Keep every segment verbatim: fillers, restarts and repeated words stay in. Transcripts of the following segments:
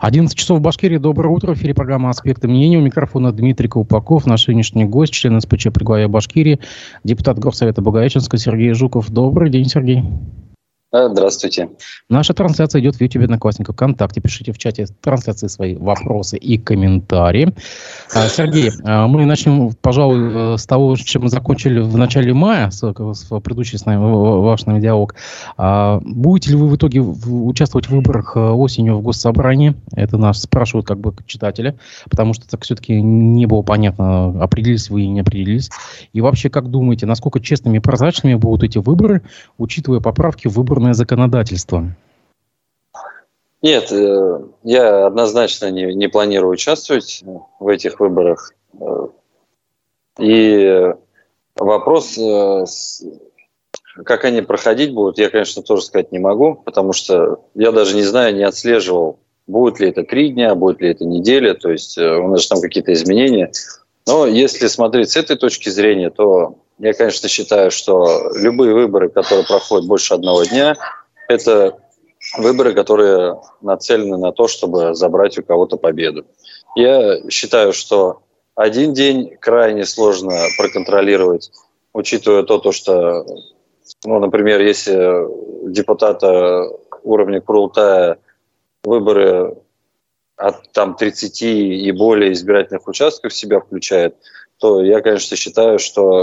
одиннадцать часов в Башкирии. Доброе утро. В эфире программа «Аспекты мнения». У микрофона Дмитрий Колпаков. Наш сегодняшний гость, член СПЧ при главе Башкирии, депутат Горсовета Благовещенска Сергей Жуков. Добрый день, Сергей. Здравствуйте. Наша трансляция идет в YouTube, Одноклассниках, ВКонтакте. Пишите в чате трансляции свои вопросы и комментарии. Сергей, мы начнем, пожалуй, с того, чем мы закончили в начале мая, с, с предыдущий с нами ваш с нами диалог. Будете ли вы в итоге участвовать в выборах осенью в Госсобрании? Это нас спрашивают как бы читатели, потому что так все-таки не было понятно, определились вы или не определились. И вообще, как думаете, насколько честными и прозрачными будут эти выборы, учитывая поправки в выборы законодательство? Нет, я однозначно не, не планирую участвовать в этих выборах. И вопрос, как они проходить будут, я, конечно, тоже сказать не могу, потому что я даже не знаю, не отслеживал, будет ли это три дня, будет ли это неделя, то есть у нас же там какие-то изменения. Но если смотреть с этой точки зрения, то я, конечно, считаю, что любые выборы, которые проходят больше одного дня, это выборы, которые нацелены на то, чтобы забрать у кого-то победу. Я считаю, что один день крайне сложно проконтролировать, учитывая то, то что, ну, например, если депутата уровня Курултая выборы от там, тридцати и более избирательных участков в себя включает, то я, конечно, считаю, что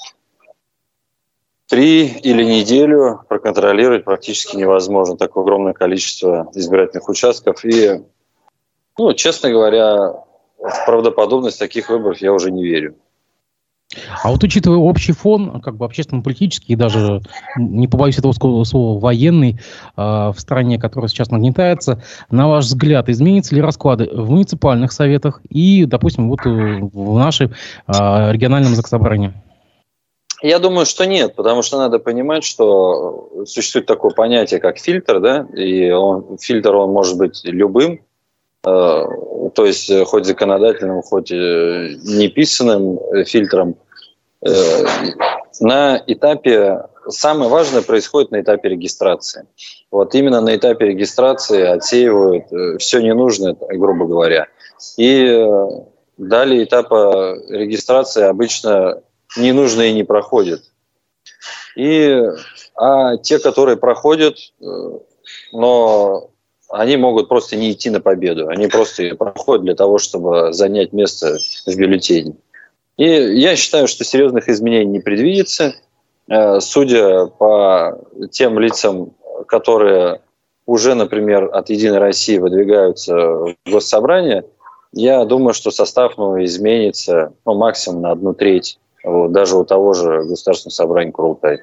три или неделю проконтролировать практически невозможно. Такое огромное количество избирательных участков. И, ну, честно говоря, в правдоподобность таких выборов я уже не верю. А вот учитывая общий фон, как бы общественно-политический и даже, не побоюсь этого слова, военный, э, в стране, которая сейчас нагнетается, на ваш взгляд, изменятся ли расклады в муниципальных советах и, допустим, вот в нашей э, региональном заксобрании? Я думаю, что нет, потому что надо понимать, что существует такое понятие, как фильтр, да, и он, фильтр, он может быть любым, э, то есть хоть законодательным, хоть неписанным фильтром. Э, на этапе, самое важное происходит на этапе регистрации. Вот именно на этапе регистрации отсеивают все ненужное, грубо говоря. И далее этапа регистрации обычно ненужные не проходят. И, а те, которые проходят, но они могут просто не идти на победу. Они просто ее проходят для того, чтобы занять место в бюллетене. И я считаю, что серьезных изменений не предвидится. Судя по тем лицам, которые уже, например, от «Единой России» выдвигаются в Госсобрание, я думаю, что состав, ну, изменится, ну, максимум на одну треть. Вот, даже у того же Государственного собрания Курултай.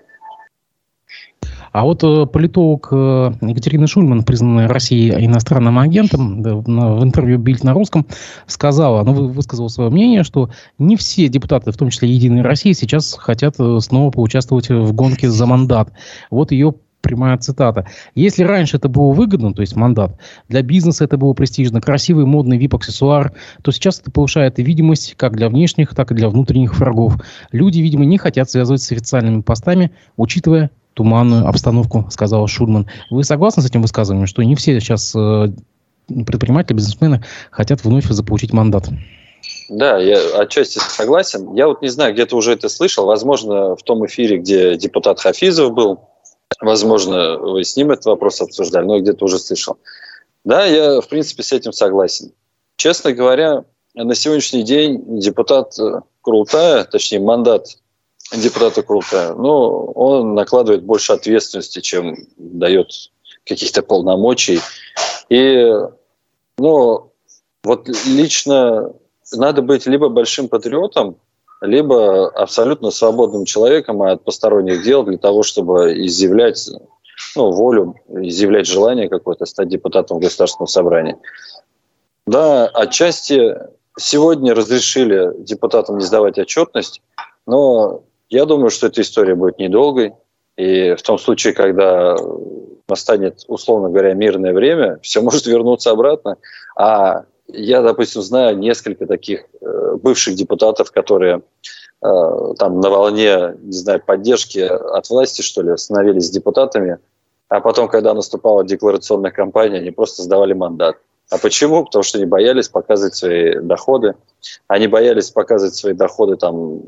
А вот э, политолог э, Екатерина Шульман, признанная Россией иностранным агентом, да, на, в интервью «Бильд» на русском, сказала, ну, высказала свое мнение, что не все депутаты, в том числе «Единой России», сейчас хотят снова поучаствовать в гонке за мандат. Вот ее прямая цитата. Если раньше это было выгодно, то есть мандат, для бизнеса это было престижно, красивый, модный ви ай пи-аксессуар, то сейчас это повышает видимость как для внешних, так и для внутренних врагов. Люди, видимо, не хотят связывать с официальными постами, учитывая туманную обстановку, сказала Шульман. Вы согласны с этим высказыванием, что не все сейчас э, предприниматели, бизнесмены хотят вновь заполучить мандат? Да, я отчасти согласен. Я вот не знаю, где-то уже это слышал. Возможно, в том эфире, где депутат Хафизов был, возможно, вы с ним этот вопрос обсуждали, но я где-то уже слышал. Да, я, в принципе, с этим согласен. Честно говоря, на сегодняшний день депутат Курултая, точнее, мандат депутата Курултая, ну, он накладывает больше ответственности, чем дает каких-то полномочий. И, ну, вот лично надо быть либо большим патриотом, либо абсолютно свободным человеком от посторонних дел для того, чтобы изъявлять, ну, волю, изъявлять желание какое-то стать депутатом Государственного собрания. Да, отчасти сегодня разрешили депутатам не сдавать отчетность, но я думаю, что эта история будет недолгой. И в том случае, когда настанет, условно говоря, мирное время, все может вернуться обратно. А я, допустим, знаю несколько таких э, бывших депутатов, которые э, там на волне, не знаю, поддержки от власти, что ли, становились депутатами, а потом, когда наступала декларационная кампания, они просто сдавали мандат. А почему? Потому что они боялись показывать свои доходы. Они боялись показывать свои доходы там,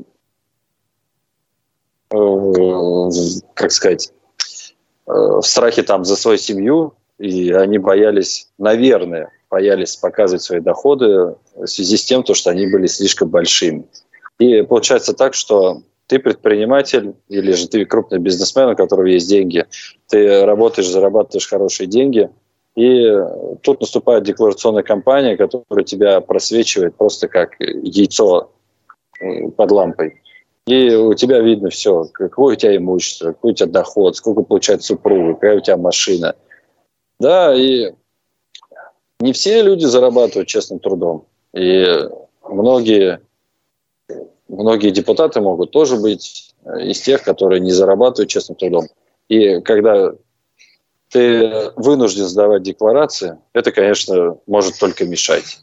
э, как сказать, э, в страхе там за свою семью. И они боялись, наверное, боялись показывать свои доходы в связи с тем, что они были слишком большими. И получается так, что ты предприниматель или же ты крупный бизнесмен, у которого есть деньги, ты работаешь, зарабатываешь хорошие деньги, и тут наступает декларационная кампания, которая тебя просвечивает просто как яйцо под лампой. И у тебя видно все, какое у тебя имущество, какой у тебя доход, сколько получает супруга, какая у тебя машина. Да, и не все люди зарабатывают честным трудом. И многие, многие депутаты могут тоже быть из тех, которые не зарабатывают честным трудом. И когда ты вынужден сдавать декларации, это, конечно, может только мешать.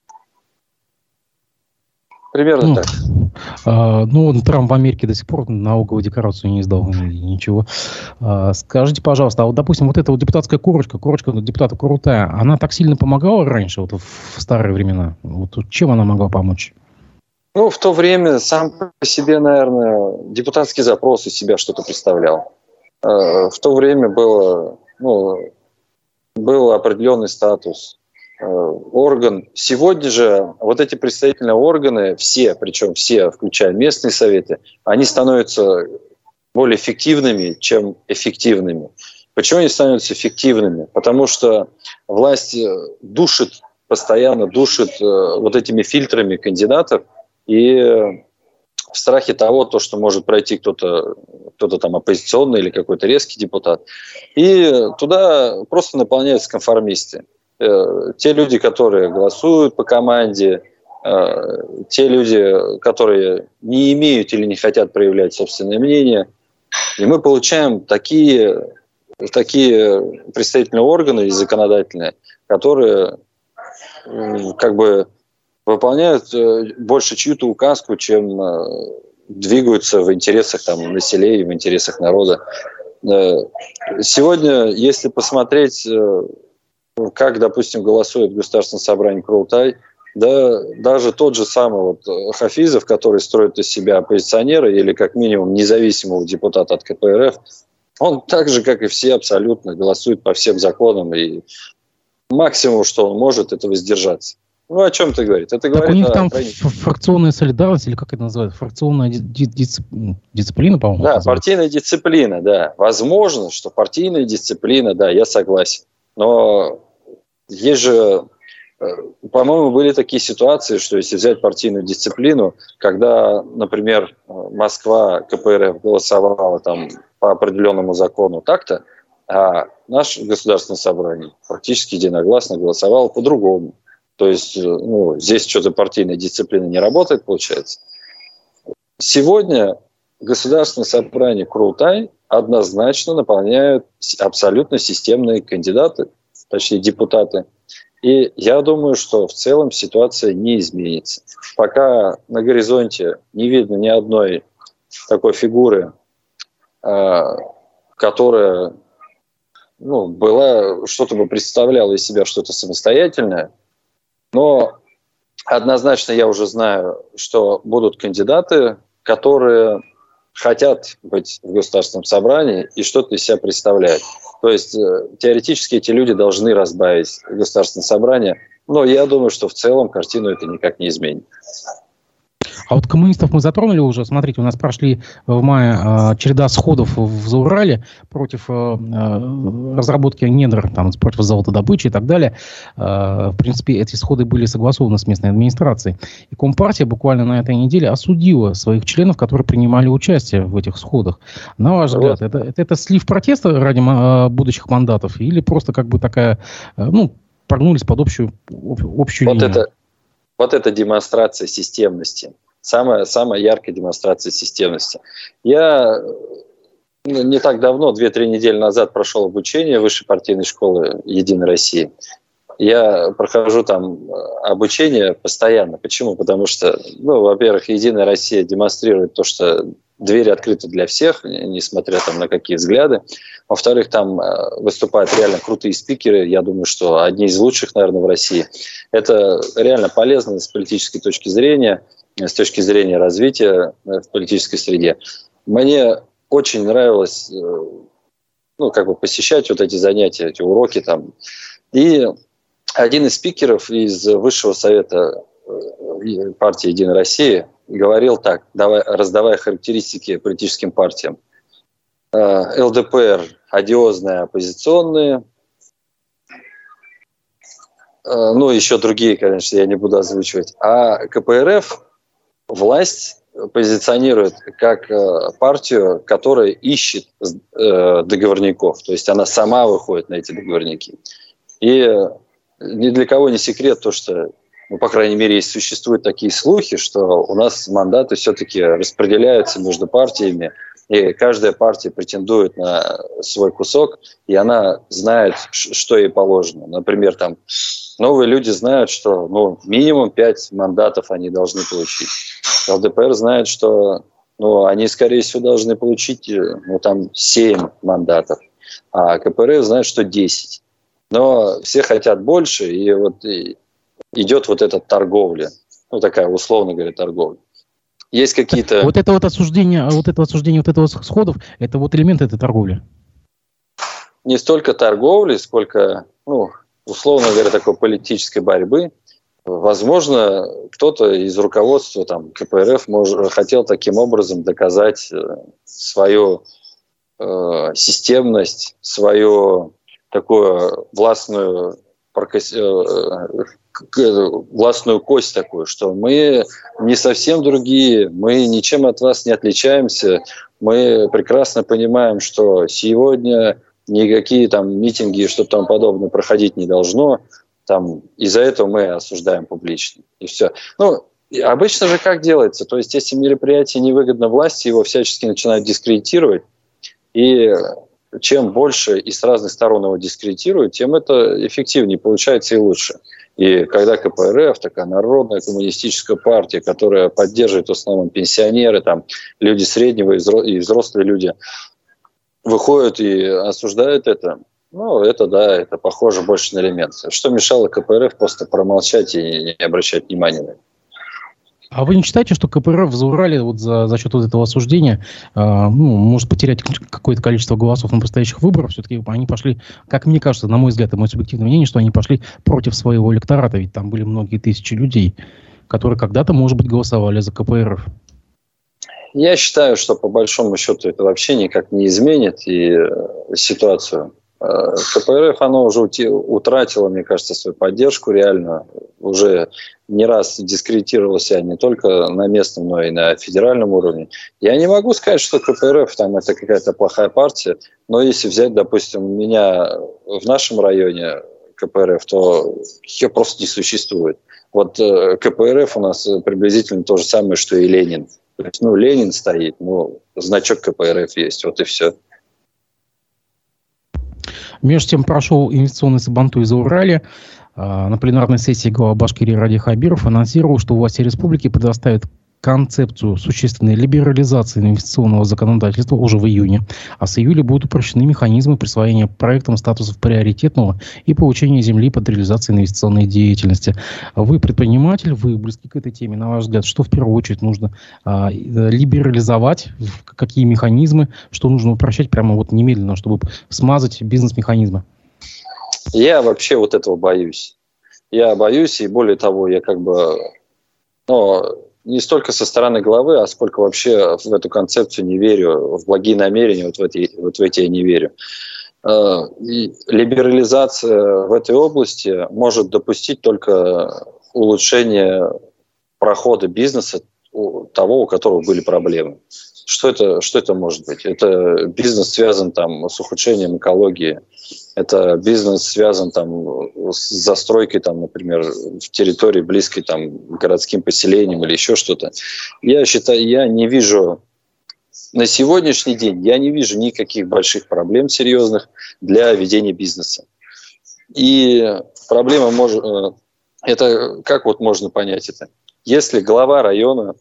Примерно ну, так. А, ну, Трамп в Америке до сих пор налоговую декларацию не сдал, ничего. А, скажите, пожалуйста, а вот, допустим, вот эта вот депутатская корочка, корочка депутата Крутая, она так сильно помогала раньше, вот в старые времена? Вот чем она могла помочь? Ну, в то время сам по себе, наверное, депутатский запрос из себя что-то представлял. В то время было, ну, был определенный статус, орган. Сегодня же вот эти представительные органы, все, причем все, включая местные советы, они становятся более эффективными, чем эффективными. Почему они становятся эффективными? Потому что власть душит, постоянно душит вот этими фильтрами кандидатов, и в страхе того, то, что может пройти кто-то, кто-то там оппозиционный или какой-то резкий депутат. И туда просто наполняются конформисты. Те люди, которые голосуют по команде, те люди, которые не имеют или не хотят проявлять собственное мнение. И мы получаем такие, такие представительные органы и законодательные, которые как бы выполняют больше чью-то указку, чем двигаются в интересах там, населения, в интересах народа. Сегодня, если посмотреть, как, допустим, голосует Государственное собрание Курултай, да, даже тот же самый вот Хафизов, который строит из себя оппозиционера или как минимум независимого депутата от ка пэ эр эф, он так же, как и все, абсолютно голосует по всем законам, и максимум, что он может, это воздержаться. Ну, о чем это говорит? Это так говорит у них о там крайне... фракционная солидарность, или как это называется? Фракционная дисциплина, по-моему? Да, партийная дисциплина, да. Возможно, что партийная дисциплина, да, я согласен. Но есть же, по-моему, были такие ситуации, что если взять партийную дисциплину, когда, например, Москва, ка пэ эр эф голосовала там по определенному закону так-то, а наше государственное собрание практически единогласно голосовало по-другому. То есть, ну, здесь что-то партийная дисциплина не работает, получается. Сегодня Государственное собрание Курултай однозначно наполняют абсолютно системные кандидаты, точнее депутаты. И я думаю, что в целом ситуация не изменится. Пока на горизонте не видно ни одной такой фигуры, которая, ну, была, что-то бы представляла из себя что-то самостоятельное. Но однозначно я уже знаю, что будут кандидаты, которые хотят быть в Государственном собрании и что-то из себя представляют. То есть теоретически эти люди должны разбавить Государственное собрание, но я думаю, что в целом картину это никак не изменит. А вот коммунистов мы затронули уже. Смотрите, у нас прошли в мае э, череда сходов в Заурале против э, разработки недр, там, против золотодобычи и так далее. Э, в принципе, эти сходы были согласованы с местной администрацией. И Компартия буквально на этой неделе осудила своих членов, которые принимали участие в этих сходах. На ваш взгляд, это, это, это слив протеста ради э, будущих мандатов или просто как бы такая, э, ну, прогнулись под общую, об, общую вот линию? Это, вот это демонстрация системности. Самая, самая яркая демонстрация системности. Я не так давно, две-три недели назад, прошел обучение высшей партийной школы «Единой России». Я прохожу там обучение постоянно. Почему? Потому что, ну, во-первых, «Единая Россия» демонстрирует то, что двери открыты для всех, несмотря там на какие взгляды. Во-вторых, там выступают реально крутые спикеры. Я думаю, что одни из лучших, наверное, в России. Это реально полезно с политической точки зрения, с точки зрения развития в политической среде. Мне очень нравилось, ну, как бы посещать вот эти занятия, эти уроки там. И один из спикеров из Высшего совета партии «Единая Россия» говорил так, давай, раздавая характеристики политическим партиям. эл дэ пэ эр одиозные, оппозиционные, ну, еще другие, конечно, я не буду озвучивать. А ка пэ эр эф власть позиционирует как партию, которая ищет договорников, то есть она сама выходит на эти договорники. И ни для кого не секрет то, что, ну, по крайней мере, есть, существуют такие слухи, что у нас мандаты все-таки распределяются между партиями, и каждая партия претендует на свой кусок, и она знает, что ей положено. Например, там новые люди знают, что, ну, минимум пять мандатов они должны получить. эл дэ пэ эр знает, что, ну, они, скорее всего, должны получить, ну, там, семь мандатов, а ка пэ эр эф знает, что десять. Но все хотят больше, и вот и идет вот эта торговля, ну, такая, условно говоря, торговля. Есть какие-то... Вот это вот осуждение, вот это осуждение вот этого сходов, это вот элемент этой торговли? Не столько торговли, сколько, ну, условно говоря, такой политической борьбы. Возможно, кто-то из руководства там, ка пэ эр эф мож, хотел таким образом доказать свою э, системность, свою такую властную, властную кость такую, что мы не совсем другие, мы ничем от вас не отличаемся, мы прекрасно понимаем, что сегодня никакие там митинги и что-то там подобное проходить не должно, там, из-за этого мы осуждаем публично, и все. Ну, обычно же как делается? То есть, если мероприятие невыгодно власти, его всячески начинают дискредитировать, и чем больше и с разных сторон его дискредитируют, тем это эффективнее получается и лучше. И когда ка пэ эр эф, такая народная коммунистическая партия, которая поддерживает в основном пенсионеры, там, люди среднего и взрослые люди, выходят и осуждают это, ну, это да, это похоже больше на элемент. Что мешало ка пэ эр эф просто промолчать и не обращать внимания на это? А вы не считаете, что ка пэ эр эф за Урале вот за, за счет вот этого осуждения э, ну, может потерять какое-то количество голосов на предстоящих выборах? Все-таки они пошли, как мне кажется, на мой взгляд, и мое субъективное мнение, что они пошли против своего электората, ведь там были многие тысячи людей, которые когда-то, может быть, голосовали за ка пэ эр эф. Я считаю, что по большому счету это вообще никак не изменит и ситуацию. ка пэ эр эф, оно уже утратило, мне кажется, свою поддержку реально. Уже не раз дискредитировалось не только на местном, но и на федеральном уровне. Я не могу сказать, что ка пэ эр эф там, это какая-то плохая партия, но если взять, допустим, меня в нашем районе ка пэ эр эф, то ее просто не существует. Вот ка пэ эр эф у нас приблизительно то же самое, что и Ленин. То есть, ну, Ленин стоит, ну, значок ка пэ эр эф есть, вот и все. Между тем прошел инвестиционный сабантуй за Урале. На пленарной сессии глава Башкирии Ради Хабиров анонсировал, что власти республики предоставят концепцию существенной либерализации инвестиционного законодательства уже в июне, а с июля будут упрощены механизмы присвоения проектам статусов приоритетного и получения земли под реализацией инвестиционной деятельности. Вы предприниматель, вы близки к этой теме. На ваш взгляд, что в первую очередь нужно а, либерализовать, какие механизмы, что нужно упрощать прямо вот немедленно, чтобы смазать бизнес-механизмы? Я вообще вот этого боюсь. Я боюсь, и более того, я как бы... Ну, не столько со стороны главы, а сколько вообще в эту концепцию не верю, в благие намерения, вот в эти, вот в эти я не верю. И либерализация в этой области может допустить только улучшение прохода бизнеса того, у которого были проблемы. Что это, что это может быть? Это бизнес связан там, с ухудшением экологии, это бизнес связан там, с застройкой, там, например, в территории близкой там, к городским поселениям или еще что-то. Я считаю, я не вижу на сегодняшний день, я не вижу никаких больших проблем серьезных для ведения бизнеса. И проблема может... Это как вот можно понять это? Если глава района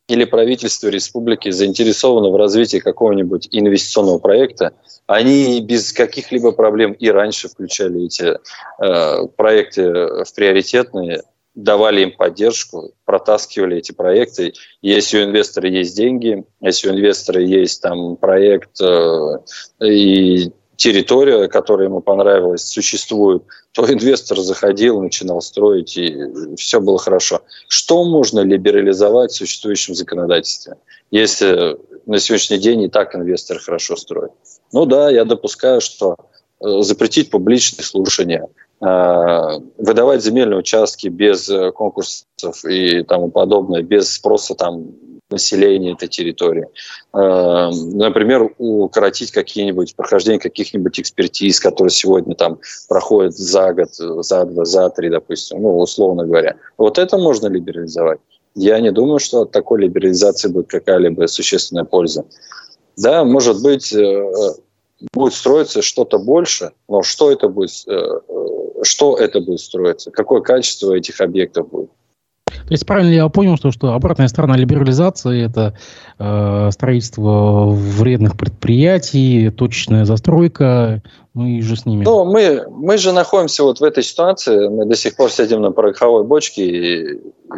или правительство республики заинтересовано в развитии какого-нибудь инвестиционного проекта, они без каких-либо проблем и раньше включали эти э, проекты в приоритетные, давали им поддержку, протаскивали эти проекты. Если у инвестора есть деньги, если у инвестора есть там проект э, и территория, которая ему понравилась, существует, то инвестор заходил, начинал строить, и все было хорошо. Что можно либерализовать в существующем законодательстве, если на сегодняшний день и так инвестор хорошо строит? Ну да, я допускаю, что запретить публичные слушания, выдавать земельные участки без конкурсов и тому подобное, без спроса там населения этой территории. Например, укоротить какие-нибудь, прохождение каких-нибудь экспертиз, которые сегодня там проходят за год, за два, за три, допустим, ну, условно говоря. Вот это можно либерализовать. Я не думаю, что от такой либерализации будет какая-либо существенная польза. Да, может быть, будет строиться что-то больше, но что это будет, что это будет строиться, какое качество этих объектов будет. То есть правильно ли я понял, что, что обратная сторона либерализации – это э, строительство вредных предприятий, точечная застройка, ну и же с ними? Ну, мы, мы же находимся вот в этой ситуации, мы до сих пор сидим на пороховой бочке, и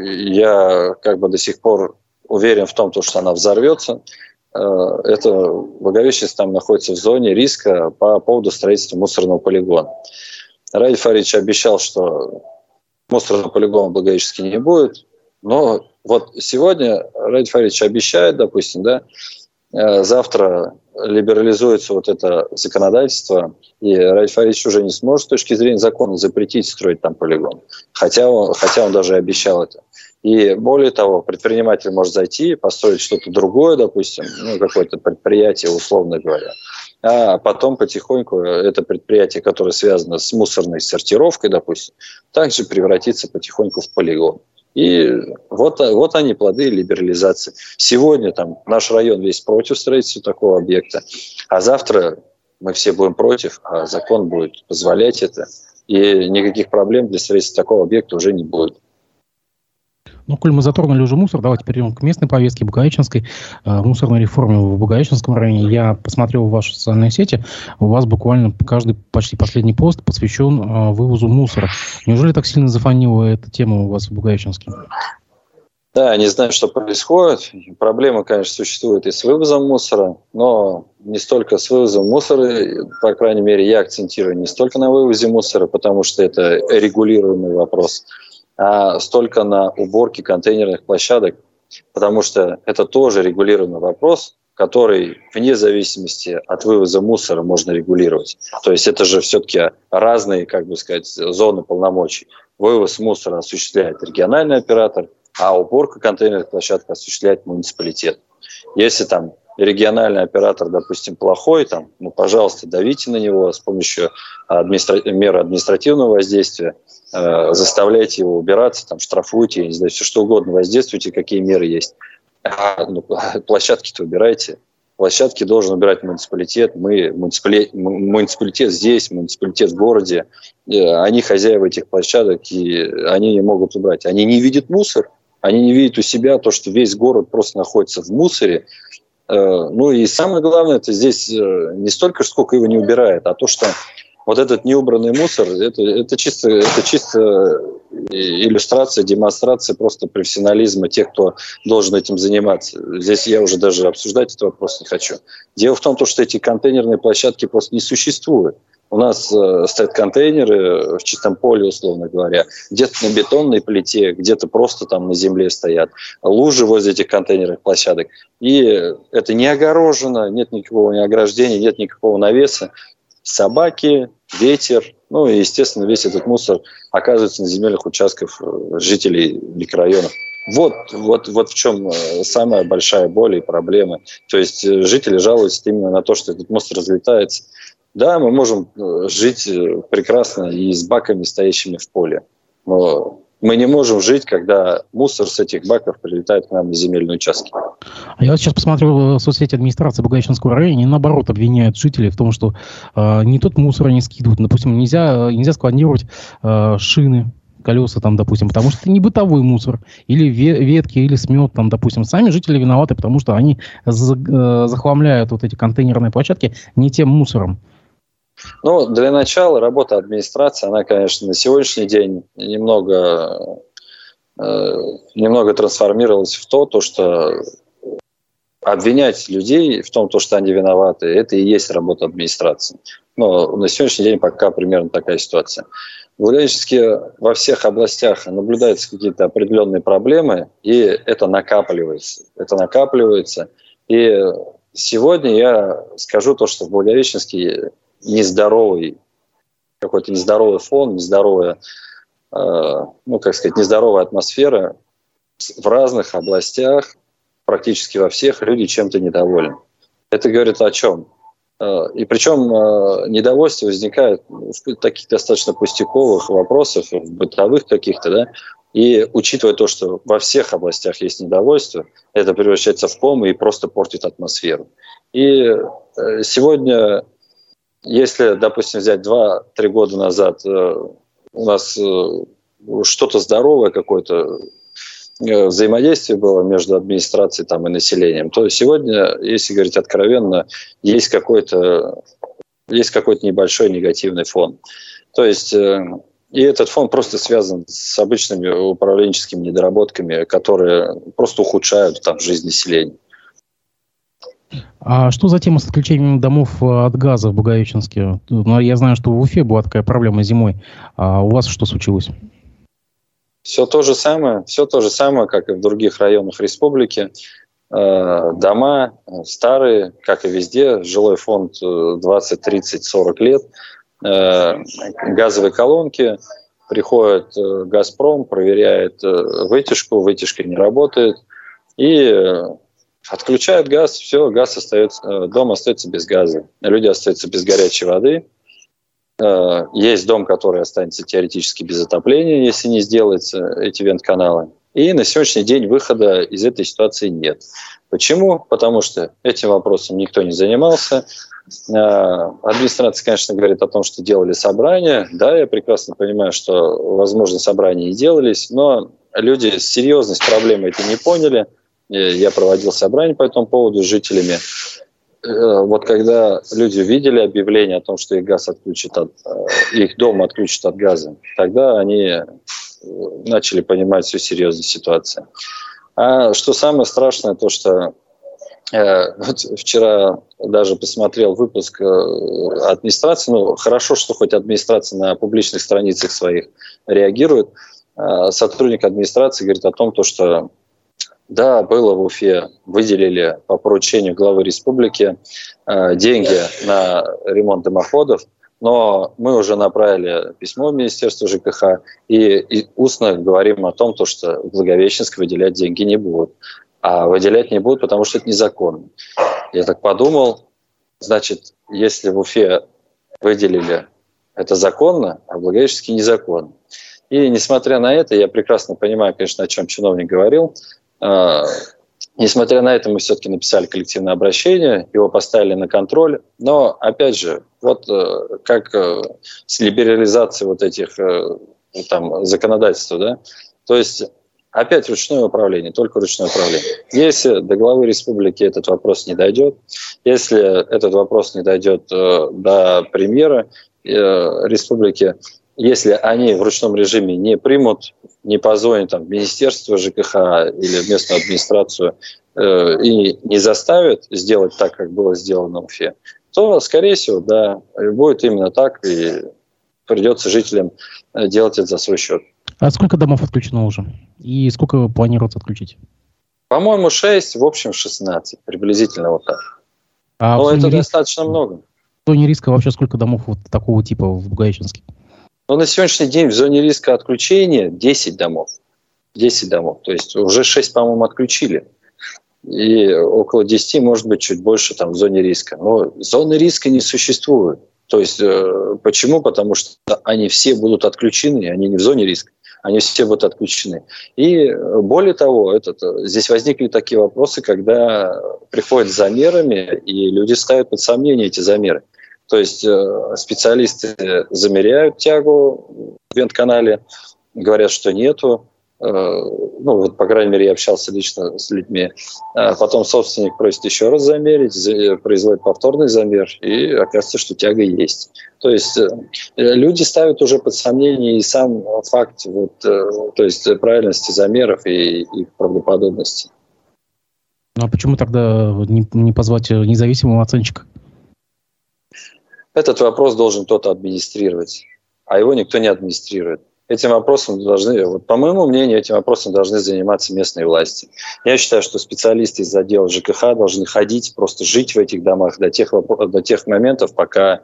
я как бы до сих пор уверен в том, что она взорвется. Это Благовещенск там находится в зоне риска по поводу строительства мусорного полигона. Раиль Фаридович обещал, что мусорного полигона в Благовещенске не будет, но вот сегодня Раиль Фаридович обещает, допустим, да, завтра либерализуется вот это законодательство, и Раиль Фаридович уже не сможет с точки зрения закона запретить строить там полигон, хотя он, хотя он даже обещал это. И более того, предприниматель может зайти, построить что-то другое, допустим, ну, какое-то предприятие, условно говоря, а потом потихоньку это предприятие, которое связано с мусорной сортировкой, допустим, также превратится потихоньку в полигон. И вот, вот они, плоды либерализации. Сегодня там наш район весь против строительства такого объекта, а завтра мы все будем против, а закон будет позволять это, и никаких проблем для строительства такого объекта уже не будет. Ну, коль мы затронули уже мусор, давайте перейдем к местной повестке Благовещенской, э, мусорной реформе в Благовещенском районе. Я посмотрел ваши социальные сети, у вас буквально каждый почти последний пост посвящен э, вывозу мусора. Неужели так сильно зафонила эта тема у вас в Благовещенске? Да, не знаю, что происходит. Проблема, конечно, существует и с вывозом мусора, но не столько с вывозом мусора, по крайней мере, я акцентирую не столько на вывозе мусора, потому что это регулируемый вопрос, а столько на уборке контейнерных площадок, потому что это тоже регулируемый вопрос, который вне зависимости от вывоза мусора можно регулировать. То есть это же все-таки разные, как бы сказать, зоны полномочий. Вывоз мусора осуществляет региональный оператор, а уборку контейнерных площадок осуществляет муниципалитет. Если там региональный оператор, допустим, плохой, там, ну, пожалуйста, давите на него с помощью администра... меры административного воздействия, э, заставляйте его убираться, там, штрафуйте, я не знаю, все что угодно, воздействуйте, какие меры есть. А, ну, площадки-то убирайте. Площадки должен убирать муниципалитет. Мы, муниципалитет, муниципалитет здесь, муниципалитет в городе. Они хозяева этих площадок, и они не могут убрать. Они не видят мусор, они не видят у себя то, что весь город просто находится в мусоре. Ну и самое главное, это здесь не столько, сколько его не убирает, а то, что вот этот неубранный мусор, это, это, чисто, это чисто иллюстрация, демонстрация просто профессионализма тех, кто должен этим заниматься. Здесь я уже даже обсуждать этот вопрос не хочу. Дело в том, что эти контейнерные площадки просто не существуют. У нас э, стоят контейнеры в чистом поле, условно говоря, где-то на бетонной плите, где-то просто там на земле стоят лужи возле этих контейнерных площадок. И это не огорожено, нет никакого ни ограждения, нет никакого навеса. Собаки, ветер, ну и, естественно, весь этот мусор оказывается на земельных участках жителей микрорайонов. Вот, вот, вот в чем самая большая боль и проблема. То есть жители жалуются именно на то, что этот мусор разлетается. Да, мы можем жить прекрасно и с баками, стоящими в поле. Но мы не можем жить, когда мусор с этих баков прилетает к нам на земельные участки. Я вот сейчас посмотрел в соцсети администрации Благовещенского района, они наоборот обвиняют жителей в том, что э, не тот мусор они скидывают. Допустим, нельзя, нельзя складировать э, шины, колеса, там, допустим, потому что это не бытовой мусор, или ветки, или смет, там, допустим. Сами жители виноваты, потому что они захламляют вот эти контейнерные площадки не тем мусором. Ну, для начала работа администрации, она, конечно, на сегодняшний день немного, э, немного трансформировалась в то, то, что обвинять людей в том, то, что они виноваты, это и есть работа администрации. Но на сегодняшний день пока примерно такая ситуация. В Благовещенске во всех областях наблюдаются какие-то определенные проблемы, и это накапливается. Это накапливается. И сегодня я скажу то, что в Благовещенске нездоровый, какой-то нездоровый фон, нездоровая, э, ну, как сказать, нездоровая атмосфера в разных областях, практически во всех, люди чем-то недовольны. Это говорит о чем? Э, и причем э, недовольство возникает в таких достаточно пустяковых вопросах, в бытовых каких-то, да, и учитывая то, что во всех областях есть недовольство, это превращается в ком и просто портит атмосферу. И э, сегодня... Если, допустим, взять два-три года назад э, у нас э, что-то здоровое, какое-то э, взаимодействие было между администрацией там, и населением, то сегодня, если говорить откровенно, есть какой-то, есть какой-то небольшой негативный фон. То есть, э, и этот фон просто связан с обычными управленческими недоработками, которые просто ухудшают там, жизнь населения. А что за тема с отключением домов от газа в Благовещенске? Ну, я знаю, что в Уфе была такая проблема зимой. А у вас что случилось? Все то же самое, все то же самое, как и в других районах республики. Дома старые, как и везде, жилой фонд двадцать, тридцать, сорок лет. Газовые колонки. Приходит «Газпром», проверяет вытяжку, вытяжка не работает. И... отключают газ, все, газ остается, дом остается без газа, люди остаются без горячей воды. Есть дом, который останется теоретически без отопления, если не сделаются эти вент-каналы. И на сегодняшний день выхода из этой ситуации нет. Почему? Потому что этим вопросом никто не занимался. Администрация, конечно, говорит о том, что делали собрания. Да, я прекрасно понимаю, что, возможно, собрания и делались, но люди серьезность проблемы это не поняли. Я проводил собрание по этому поводу с жителями. Вот когда люди видели объявление о том, что их газ отключат от, их дом отключат от газа, тогда они начали понимать всю серьезность ситуации. А что самое страшное, то что э, вот вчера даже посмотрел выпуск администрации. Ну, хорошо, что хоть администрация на публичных страницах своих реагирует. Э, сотрудник администрации говорит о том, то, что да, было в Уфе, выделили по поручению главы республики э, деньги на ремонт дымоходов, но мы уже направили письмо в Министерство ЖКХ и, и устно говорим о том, то, что в Благовещенск выделять деньги не будут. А выделять не будут, потому что это незаконно. Я так подумал, значит, если в Уфе выделили это законно, а в Благовещенске незаконно. И несмотря на это, я прекрасно понимаю, конечно, о чем чиновник говорил. Несмотря на это, мы все-таки написали коллективное обращение, его поставили на контроль. Но, опять же, вот как с либерализацией вот этих там, законодательств, да, то есть опять ручное управление, только ручное управление. Если до главы республики этот вопрос не дойдет, если этот вопрос не дойдет до премьера республики, если они в ручном режиме не примут, не позвонят там, в Министерство ЖКХ или в местную администрацию э, и не заставят сделать так, как было сделано в Уфе, то, скорее всего, да, будет именно так, и придется жителям делать это за свой счет. А сколько домов отключено уже? И сколько планируется отключить? По-моему, шесть, в общем, шестнадцать, приблизительно вот так. А Но это риск... достаточно много. В зоне риска вообще сколько домов вот такого типа в Благовещенске? Но на сегодняшний день в зоне риска отключения десять домов. десять домов. То есть уже шесть, по-моему, отключили. И около десяти, может быть, чуть больше там в зоне риска. Но зоны риска не существует. То есть э, почему? Потому что они все будут отключены, они не в зоне риска. Они все будут отключены. И более того, этот, здесь возникли такие вопросы, когда приходят с замерами, и люди ставят под сомнение эти замеры. То есть э, специалисты замеряют тягу в вент-канале, говорят, что нету. Ну, вот, по крайней мере, я общался лично с людьми. Потом собственник просит еще раз замерить, производит повторный замер, и оказывается, что тяга есть. То есть люди ставят уже под сомнение и сам факт вот, то есть правильности замеров и их правдоподобности. Ну, а почему тогда не, не позвать независимого оценщика? Этот вопрос должен кто-то администрировать, а его никто не администрирует. Этим вопросом должны, вот, по моему мнению, этим вопросом должны заниматься местные власти. Я считаю, что специалисты из отдела ЖКХ должны ходить, просто жить в этих домах до тех, до тех моментов, пока э,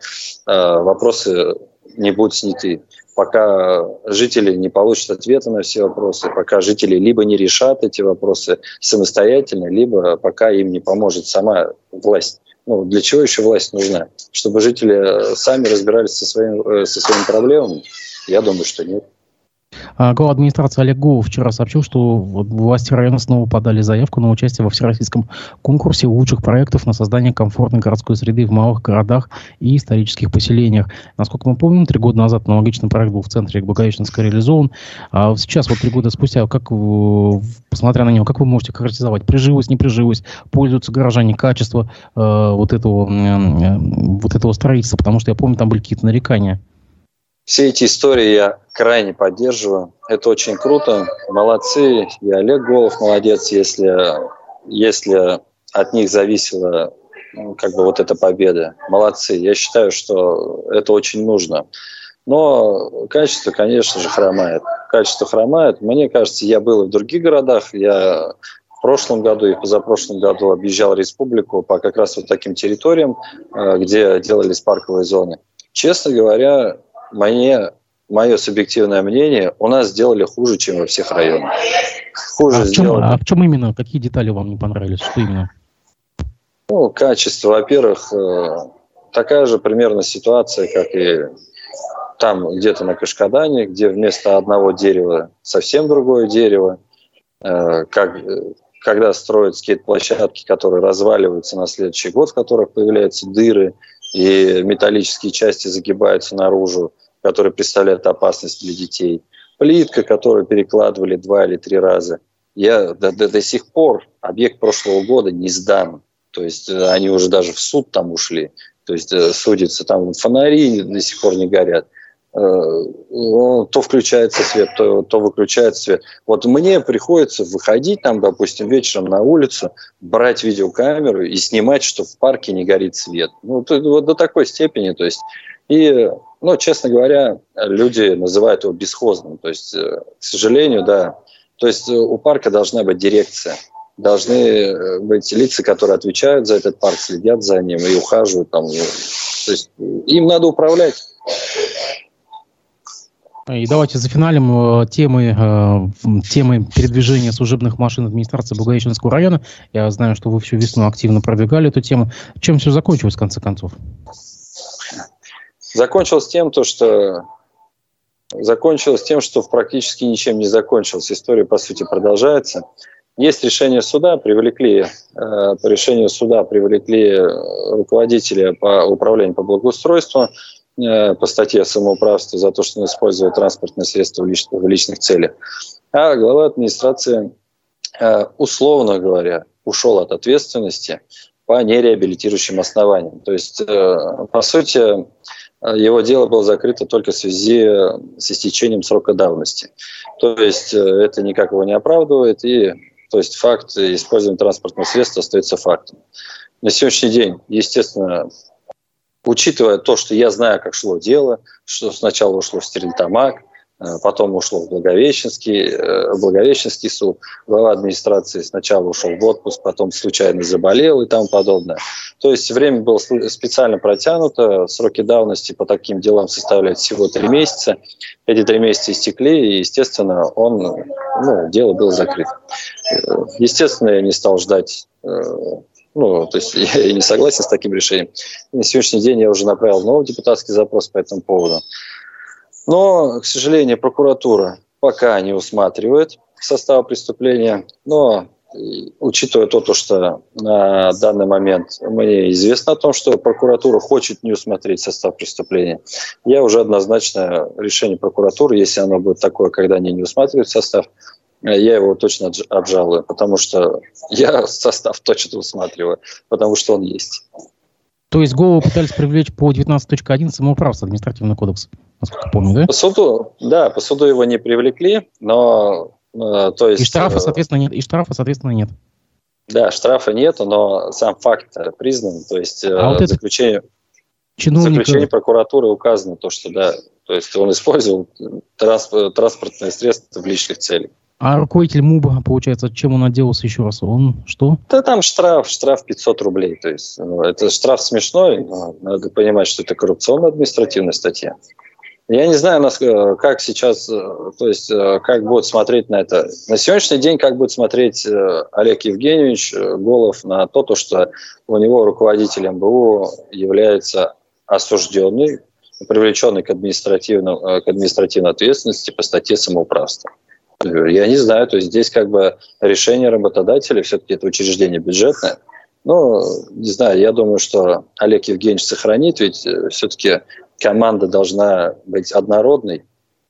вопросы не будут сняты, пока жители не получат ответа на все вопросы, пока жители либо не решат эти вопросы самостоятельно, либо пока им не поможет сама власть. Ну, для чего еще власть нужна? Чтобы жители сами разбирались со своим, со своими проблемами? Я думаю, что нет. Глава администрации Олег Голов вчера сообщил, что власти района снова подали заявку на участие во всероссийском конкурсе лучших проектов на создание комфортной городской среды в малых городах и исторических поселениях. Насколько мы помним, три года назад аналогичный проект был в центре Благовещенска реализован. А сейчас, вот три года спустя, как, посмотря на него, как вы можете характеризовать? Прижилось, не прижилось? Пользуются горожане качество э, вот, этого, э, вот этого строительства? Потому что я помню, там были какие-то нарекания. Все эти истории я крайне поддерживаю. Это очень круто. Молодцы. И Олег Голов молодец, если, если от них зависела ну, как бы вот эта победа. Молодцы. Я считаю, что это очень нужно. Но качество, конечно же, хромает. Качество хромает. Мне кажется, я был и в других городах. Я в прошлом году и позапрошлом году объезжал республику по как раз вот таким территориям, где делались парковые зоны. Честно говоря, Мне, мое субъективное мнение, у нас сделали хуже, чем во всех районах. Хуже а, в чем, сделали. а в чем именно? Какие детали вам не понравились? Что именно? Ну, качество. Во-первых, такая же примерно ситуация, как и там где-то на Кашкадане, где вместо одного дерева совсем другое дерево. Как, когда строят скейт-площадки, которые разваливаются на следующий год, в которых появляются дыры, и металлические части загибаются наружу, которые представляют опасность для детей. Плитка, которую перекладывали два или три раза. Я до, до, до сих пор объект прошлого года не сдан. То есть они уже даже в суд там ушли. То есть судятся, там фонари до сих пор не горят. То включается свет, то, то выключается свет. Вот мне приходится выходить там, допустим, вечером на улицу, брать видеокамеру и снимать, что в парке не горит свет. Ну, то, вот до такой степени. То есть, и, ну, честно говоря, люди называют его бесхозным. То есть, к сожалению, да. То есть у парка должна быть дирекция. Должны быть лица, которые отвечают за этот парк, следят за ним и ухаживают там. То есть им надо управлять. И давайте зафиналим темы, темы передвижения служебных машин администрации Благовещенского района. Я знаю, что вы всю весну активно продвигали эту тему. Чем все закончилось в конце концов? Закончилось тем, то, что закончилось тем, что практически ничем не закончилось. История, по сути, продолжается. Есть решение суда, привлекли, по решению суда привлекли руководителя по управлению по благоустройству по статье о самоуправстве за то, что он использовал транспортные средства в личных, в личных целях. А глава администрации, условно говоря, ушел от ответственности по нереабилитирующим основаниям. То есть, по сути, его дело было закрыто только в связи с истечением срока давности. То есть это никак его не оправдывает, и то есть факт использования транспортного средства остается фактом. На сегодняшний день, естественно, учитывая то, что я знаю, как шло дело, что сначала ушло в Стерлитамак, потом ушло в Благовещенский, Благовещенский суд, глава администрации сначала ушел в отпуск, потом случайно заболел и тому подобное. То есть время было специально протянуто, сроки давности по таким делам составляют всего три месяца. Эти три месяца истекли, и, естественно, он, ну, дело было закрыто. Естественно, я не стал ждать. Ну, то есть я не согласен с таким решением. И на сегодняшний день я уже направил новый депутатский запрос по этому поводу. Но, к сожалению, прокуратура пока не усматривает состав преступления. Но учитывая то, то, что на данный момент мне известно о том, что прокуратура хочет не усмотреть состав преступления, я уже однозначно решение прокуратуры, если оно будет такое, когда они не усматривают состав, я его точно обжалую, потому что я состав точно усматриваю, потому что он есть. То есть голову пытались привлечь по девятнадцать точка один самоуправства, административный кодекс, насколько помню, да? По суду, да, по суду его не привлекли, но... Э, то есть, и штрафа, соответственно, нет. И штрафа, соответственно, нет. Да, штрафа нету, но сам факт признан. То есть а э, заключение, чиновника... заключение прокуратуры указано, то, что да, то есть он использовал транспорт, транспортные средства в личных целях. А руководитель МУБа, получается, чем он отделался еще раз? Он что? Да там штраф, штраф пятьсот рублей. То есть ну, это штраф смешной, но надо понимать, что это коррупционно-административная статья. Я не знаю, как сейчас, то есть как будет смотреть на это. На сегодняшний день как будет смотреть Олег Евгеньевич Голов на то, то что у него руководителем МБУ является осужденный, привлеченный к, к административной ответственности по статье самоуправства. Я не знаю, то есть здесь как бы решение работодателя, все-таки это учреждение бюджетное. Ну, не знаю, я думаю, что Олег Евгеньевич сохранит, ведь все-таки команда должна быть однородной.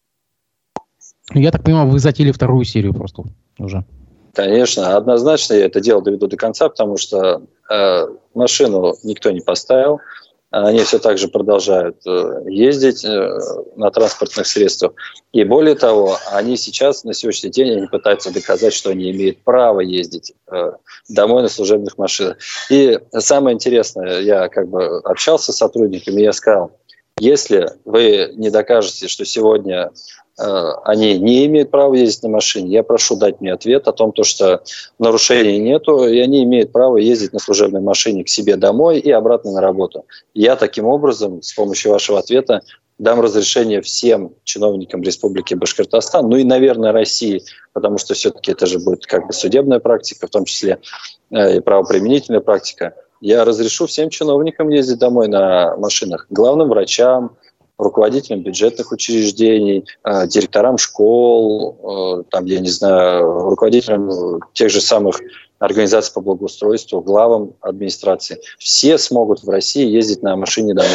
Я так понимаю, вы затеяли вторую серию просто уже. Конечно, однозначно я это дело доведу до конца, потому что э, машину никто не поставил. Они все так же продолжают э, ездить э, на транспортных средствах. И более того, они сейчас, на сегодняшний день, они пытаются доказать, что они имеют право ездить э, домой на служебных машинах. И самое интересное, я как бы общался с сотрудниками, я сказал, если вы не докажете, что сегодня э, они не имеют права ездить на машине, я прошу дать мне ответ о том, что нарушений нету, и они имеют право ездить на служебной машине к себе домой и обратно на работу. Я таким образом, с помощью вашего ответа, дам разрешение всем чиновникам Республики Башкортостан, ну и, наверное, России, потому что все-таки это же будет как бы судебная практика, в том числе э, и правоприменительная практика. Я разрешу всем чиновникам ездить домой на машинах, главным врачам, руководителям бюджетных учреждений, э, директорам школ, э, там, я не знаю, руководителям тех же самых организаций по благоустройству, главам администрации. Все смогут в России ездить на машине домой.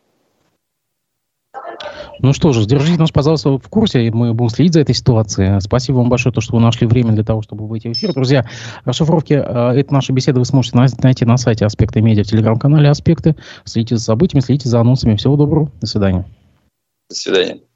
Ну что же, держите нас, пожалуйста, в курсе, мы будем следить за этой ситуацией. Спасибо вам большое, то, что вы нашли время для того, чтобы выйти в эфир. Друзья, расшифровки э, этой нашей беседы вы сможете найти на сайте «Аспекты медиа», в телеграм-канале «Аспекты». Следите за событиями, следите за анонсами. Всего доброго, до свидания. До свидания.